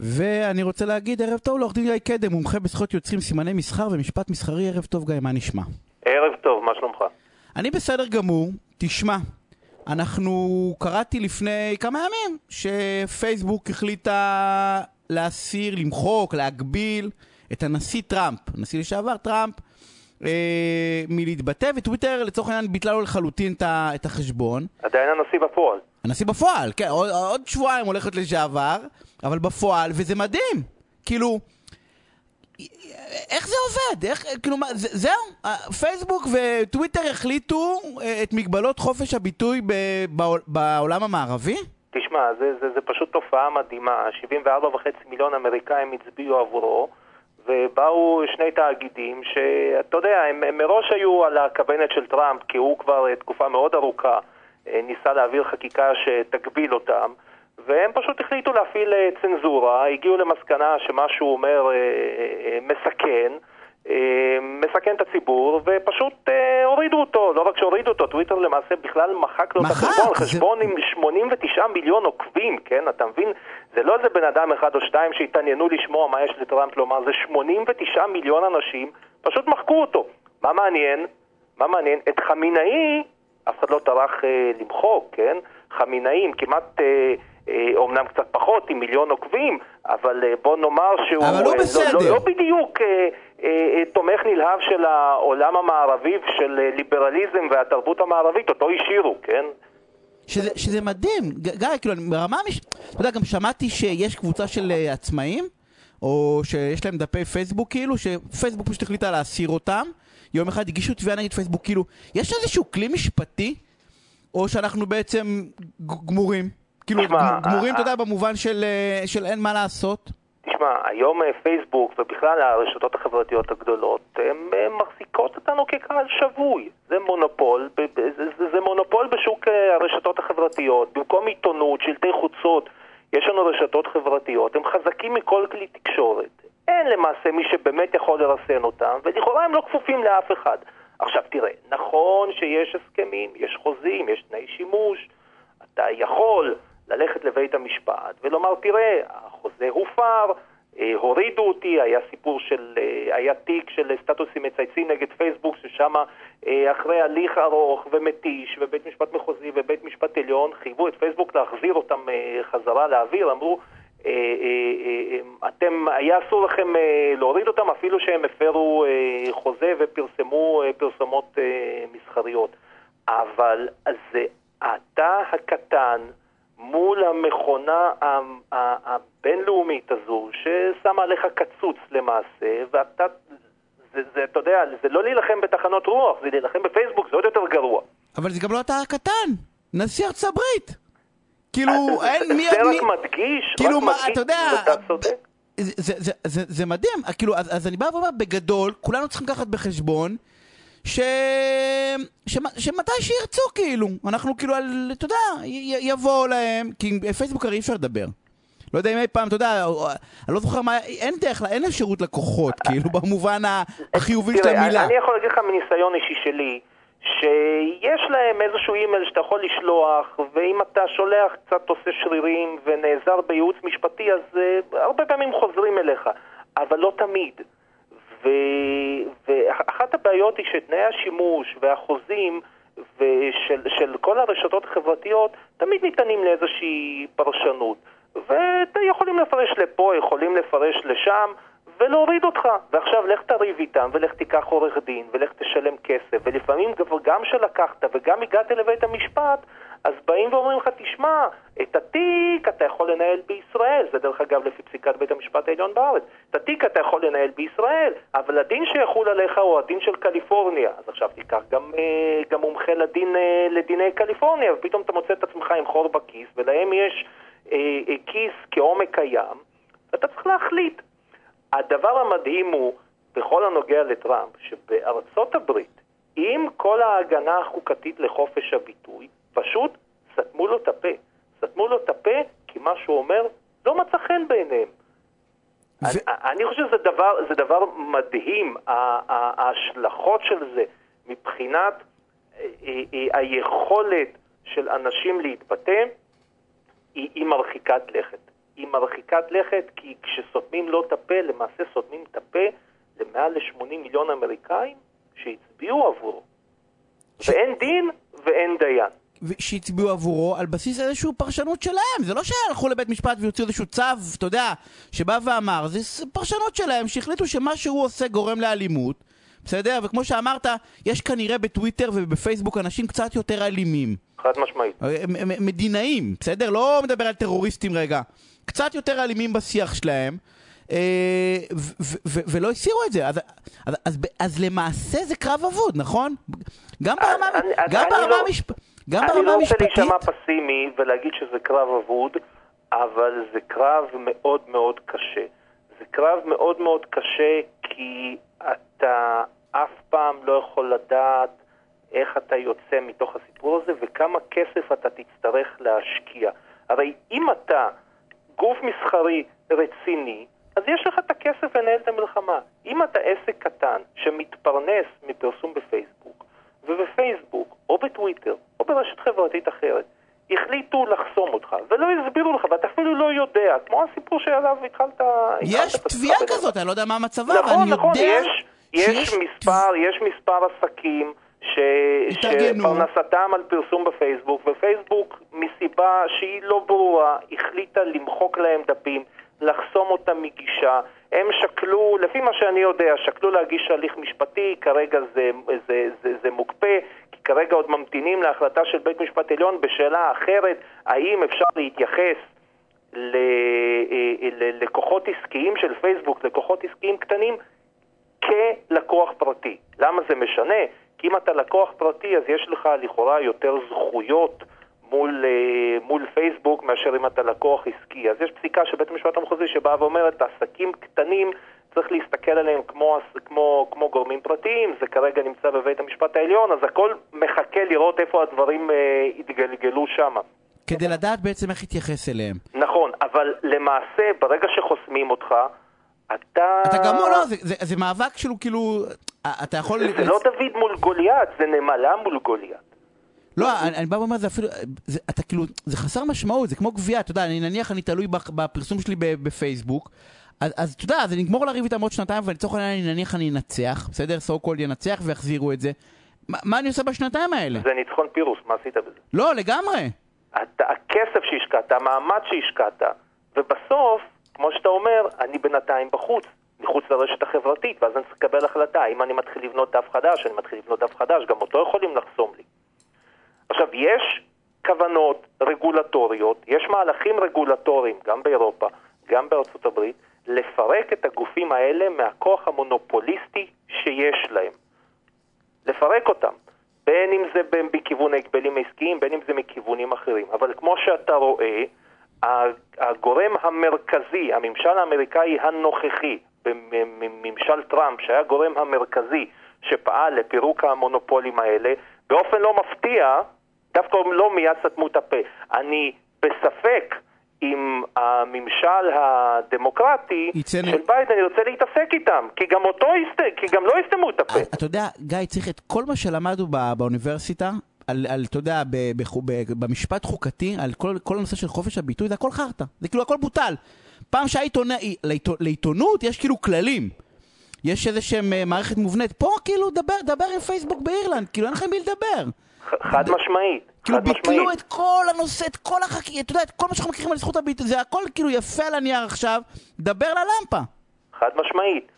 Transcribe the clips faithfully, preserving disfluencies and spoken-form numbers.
ואני רוצה להגיד ערב טוב לעורך דין גיא קדם, מומחה בזכויות יוצרים, סימני מסחר ומשפט מסחרי. ערב טוב גיא, מה נשמע? ערב טוב, מה שלומך? אני בסדר גמור. תשמע, אנחנו קראתי לפני כמה ימים שפייסבוק החליטה להסיר, למחוק, להגביל את הנשיא טראמפ, הנשיא לשעבר טראמפ, אה, מלהתבטא, וטוויטר לצורך העניין ביטלה לו לחלוטין את החשבון. עדיין הנשיא בפועל. הנשיא בפועל, כן, עוד, עוד שבועיים הולכת לשעבר, אבל בפועל, וזה מדהים. כאילו, איך זה עובד? איך, כאילו, מה, זה, זהו, פייסבוק וטוויטר החליטו את מגבלות חופש הביטוי ב, בעולם המערבי? תשמע, זה, זה, זה פשוט תופעה מדהימה. שבעים וארבע וחצי מיליון אמריקאים הצביעו עבורו, ובאו שני תאגידים שאתה יודע, הם, הם מראש היו על הקבינט של טראמפ, כי הוא כבר תקופה מאוד ארוכה ניסה להעביר חקיקה שתגביל אותם, והם פשוט החליטו להפעיל צנזורה, הגיעו למסקנה שמה שהוא אומר מסכן, מסכן את הציבור, ופשוט הורידו אותו. לא רק שהורידו אותו, טוויטר למעשה בכלל מחק לו את החשבון, חשבון עם שמונים ותשעה מיליון עוקבים, כן? אתה מבין? זה לא איזה בן אדם אחד או שתיים שהתעניינו לשמוע מה יש לטראמפ לומר, זה שמונים ותשעה מיליון אנשים, פשוט מחקו אותו. מה מעניין? מה מעניין? את חמינאי אף אחד לא טרח אה, למחוק, כן? חמינאים, כמעט, אה, אה, אומנם קצת פחות, עם מיליון עוקבים, אבל אה, בוא נאמר שהוא אבל לא, אה, לא, לא, לא בדיוק אה, אה, תומך נלהב של העולם המערבי, של אה, ליברליזם והתרבות המערבית, אותו השאירו, כן? שזה, שזה מדהים, גיא, כאילו, ברמה מש... אתה יודע, גם שמעתי שיש קבוצה של uh, עצמאים, או שיש להם דפי פייסבוק, כאילו, שפייסבוק פשוט החליטה להסיר אותם, יום אחד הגישו תביעה נגד פייסבוק, כאילו, יש איזשהו כלי משפטי, או שאנחנו בעצם גמורים? כאילו, תשמע, גמורים, אתה יודע, במובן של, של אין מה לעשות? תשמע, היום פייסבוק ובכלל הרשתות החברתיות הגדולות, הן מחזיקות אותנו כקהל שבוי. זה מונופול, זה, זה מונופול בשוק הרשתות החברתיות. במקום עיתונות, שלטי חוצות, יש לנו רשתות חברתיות, הם חזקים מכל כלי תקשורת. אין למעשה מי שבאמת יכול לרסן אותם, ולכאורה הם לא כפופים לאף אחד. עכשיו תראה, נכון שיש הסכמים, יש חוזים, יש תנאי שימוש, אתה יכול ללכת לבית המשפט ולומר, תראה, החוזה הופר, הורידו אותי, היה סיפור של, היה תיק של סטטוסים מצייצים נגד פייסבוק, ששם אחרי הליך ארוך ומתיש, ובית משפט מחוזי ובית משפט עליון, חייבו את פייסבוק להחזיר אותם חזרה לאוויר, אמרו, אתם, היה אסור לכם להוריד אותם אפילו שהם הפרו חוזה ופרסמו פרסומות מסחריות. אבל זה אתה הקטן מול המכונה הבינלאומית הזו ששמה עליך קצוץ למעשה, ואתה, זה, זה, אתה יודע, זה לא להילחם בתחנות רוח, זה להילחם בפייסבוק, זה עוד יותר גרוע. אבל זה גם לא אתה הקטן, נשיא ארצות הברית. כאילו, אין מי... זה רק מדגיש, כאילו, מה, אתה יודע, זה מדהים, כאילו, אז אני בא ואומר, בגדול, כולנו צריכים לקחת בחשבון, שמתי שירצו, כאילו, אנחנו כאילו, אתה יודע, יבוא להם, כי פייסבוק הרי אי אפשר לדבר. לא יודע אם אי פעם, אתה יודע, אני לא זוכר מה, אין דרך, אין אפשרות לקוחות, כאילו, במובן החיובי של המילה. אני יכול להגיד לך מניסיון אישי שלי, שיש להם איזשהו אימייל שאתה יכול לשלוח, ואם אתה שולח קצת עושה שרירים ונעזר בייעוץ משפטי, אז uh, הרבה פעמים חוזרים אליך, אבל לא תמיד. ו... ואחת הבעיות היא שתנאי השימוש והחוזים ושל, של כל הרשתות החברתיות תמיד ניתנים לאיזושהי פרשנות. ויכולים לפרש לפה, יכולים לפרש לשם, ולהוריד אותך. ועכשיו לך תריב איתם, ולך תיקח עורך דין, ולך תשלם כסף, ולפעמים גם שלקחת וגם הגעת לבית המשפט, אז באים ואומרים לך, תשמע, את התיק אתה יכול לנהל בישראל, זה דרך אגב לפי פסיקת בית המשפט העליון בארץ, את התיק אתה יכול לנהל בישראל, אבל הדין שיחול עליך הוא הדין של קליפורניה, אז עכשיו תיקח גם, גם מומחה לדין, לדיני קליפורניה, ופתאום אתה מוצא את עצמך עם חור בכיס, ולהם יש כיס כעומק הים, ואתה צריך להחליט. הדבר המדהים הוא, בכל הנוגע לטראמפ, שבארצות הברית, עם כל ההגנה החוקתית לחופש הביטוי, פשוט סתמו לו את הפה. סתמו לו את הפה כי מה שהוא אומר לא מצא חן בעיניהם. ו... אני, אני חושב שזה דבר, זה דבר מדהים, ההשלכות של זה, מבחינת היכולת של אנשים להתבטא, היא, היא מרחיקת לכת. היא מרחיקת לכת, כי כשסותמים לא את הפה, למעשה סותמים את הפה למעל ל-שמונים מיליון אמריקאים שהצביעו עבורו. ש... ואין דין ואין דיין. שהצביעו עבורו על בסיס איזושהי פרשנות שלהם. זה לא שהלכו לבית משפט ויוציאו איזשהו צו, אתה יודע, שבא ואמר, זה פרשנות שלהם שהחליטו שמה שהוא עושה גורם לאלימות, בסדר? וכמו שאמרת, יש כנראה בטוויטר ובפייסבוק אנשים קצת יותר אלימים. חד משמעית. מדינאים, בסדר? לא מדבר על טרוריסטים רגע. קצת יותר אלימים בשיח שלהם, ולא הסירו את זה. אז למעשה זה קרב אבוד, נכון? גם ברמה המשפטית. אני לא רוצה להישמע פסימי ולהגיד שזה קרב אבוד, אבל זה קרב מאוד מאוד קשה. זה קרב מאוד מאוד קשה כי אתה אף פעם לא יכול לדעת איך אתה יוצא מתוך הסיפור הזה וכמה כסף אתה תצטרך להשקיע. הרי אם אתה גוף מסחרי רציני, אז יש לך את הכסף לנהל את המלחמה. אם אתה עסק קטן שמתפרנס מפרסום בפייסבוק, ובפייסבוק או בטוויטר או ברשת חברתית אחרת החליטו לחסום אותך ולא הסבירו לך ואתה אפילו לא יודע, כמו הסיפור שעליו התחלת... יש תביעה כזאת, אני לא יודע מה המצבה, נכון, ואני נכון, יודע... יש, יש, מספר, יש מספר עסקים ש... שפרנסתם על פרסום בפייסבוק, ופייסבוק מסיבה שהיא לא ברורה החליטה למחוק להם דפים, לחסום אותם מגישה. הם שקלו, לפי מה שאני יודע, שקלו להגיש הליך משפטי, כרגע זה, זה, זה, זה מוקפא, כי כרגע עוד ממתינים להחלטה של בית משפט עליון בשאלה אחרת, האם אפשר להתייחס ללקוחות עסקיים של פייסבוק, לקוחות עסקיים קטנים, כלקוח פרטי. למה זה משנה? כי אם אתה לקוח פרטי, אז יש לך לכאורה יותר זכויות מול, מול פייסבוק מאשר אם אתה לקוח עסקי. אז יש פסיקה של בית המשפט המחוזי שבאה ואומרת, עסקים קטנים צריך להסתכל עליהם כמו, כמו, כמו גורמים פרטיים, זה כרגע נמצא בבית המשפט העליון, אז הכל מחכה לראות איפה הדברים אה, יתגלגלו שם. כדי לדעת בעצם איך יתייחס אליהם. נכון, אבל למעשה, ברגע שחוסמים אותך, אתה... אתה גם לא, זה, זה, זה מאבק שלו כאילו, אתה יכול... זה לא דוד מול גוליית, זה נמלה מול גוליית. לא, אני, אני בא ואומר, זה אפילו, זה, אתה כאילו, זה חסר משמעות, זה כמו גבייה, אתה יודע, אני נניח, אני תלוי בפרסום שלי בפייסבוק, אז, אז אתה יודע, זה נגמור לריב איתם עוד שנתיים, ואני צורך אני נניח אני אנצח, בסדר? סו קול ינצח ויחזירו את זה. מה, מה אני עושה בשנתיים האלה? זה ניצחון פירוס, מה עשית בזה? לא, לגמרי. אתה, הכסף שהשקעת, המעמד שהשקעת, ובסוף, כמו שאתה אומר, אני בינתיים בחוץ, מחוץ לרשת החברתית, ואז אני צריך לקבל החלטה, אם אני מתחיל לבנות דף חדש, אני מתחיל לבנות דף חדש, גם אותו יכולים לחסום לי. עכשיו, יש כוונות רגולטוריות, יש מהלכים רגולטוריים, גם באירופה, גם בארצות הברית, לפרק את הגופים האלה מהכוח המונופוליסטי שיש להם. לפרק אותם, בין אם זה בכיוון ההגבלים העסקיים, בין אם זה מכיוונים אחרים. אבל כמו שאתה רואה, הגורם המרכזי, הממשל האמריקאי הנוכחי, בממשל טראמפ, שהיה גורם המרכזי שפעל לפירוק המונופולים האלה, באופן לא מפתיע, דווקא לא מיד סתמו את הפה. אני בספק עם הממשל הדמוקרטי של ביידן, אני רוצה להתעסק איתם, כי גם אותו יסתם, כי גם לא יסתמו את הפה. אתה יודע, גיא, צריך את כל מה שלמדו באוניברסיטה, על, על, אתה יודע, במשפט חוקתי, על כל, כל הנושא של חופש הביטוי, זה הכל חרטה. זה כאילו הכל בוטל. פעם שהעיתונות יש כאילו כללים. יש איזה שהם מערכת מובנית. פה כאילו דבר, דבר עם פייסבוק באירלנד. כאילו אין לכם מי לדבר. חד משמעית. כאילו ביטלו את כל הנושא, את כל החקי, אתה יודע, את כל מה שאנחנו מכירים על זכות הביטוי. זה הכל כאילו יפה על הנייר עכשיו. דבר ללמפה. חד משמעית.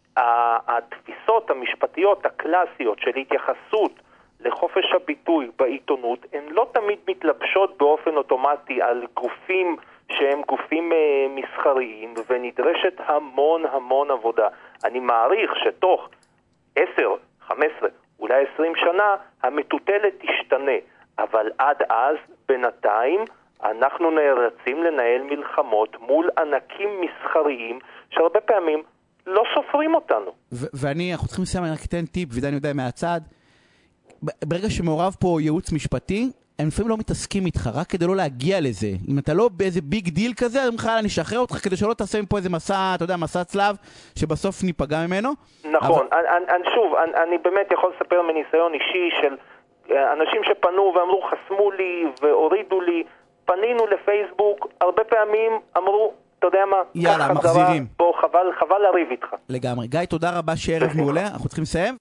התפיסות המשפטיות הקלאסיות של התייחסות לחופש הביטוי בעיתונות, הן לא תמיד מתלבשות באופן אוטומטי על גופים שהם גופים אה, מסחריים, ונדרשת המון המון עבודה. אני מעריך שתוך עשר, חמש עשרה, אולי עשרים שנה, המטוטלת תשתנה. אבל עד אז, בינתיים, אנחנו נאלצים לנהל מלחמות מול ענקים מסחריים, שהרבה פעמים לא סופרים אותנו. ו- ואני, אנחנו צריכים לסיים, אני רק אתן טיפ, ודני יודע מהצד, ברגע שמעורב פה ייעוץ משפטי, הם לפעמים לא מתעסקים איתך, רק כדי לא להגיע לזה. אם אתה לא באיזה ביג דיל כזה, אז בכלל אני אשחרר אותך כדי שלא תעשה מפה איזה מסע, אתה יודע, מסע צלב, שבסוף ניפגע ממנו. נכון. אבל... אני, אני, שוב, אני, אני באמת יכול לספר מניסיון אישי של אנשים שפנו ואמרו, חסמו לי והורידו לי. פנינו לפייסבוק, הרבה פעמים אמרו, אתה יודע מה, יאללה, מחזירים. בוא, חבל, חבל לריב איתך. לגמרי. גיא, תודה רבה שערב מעולה, אנחנו צריכים לסיים.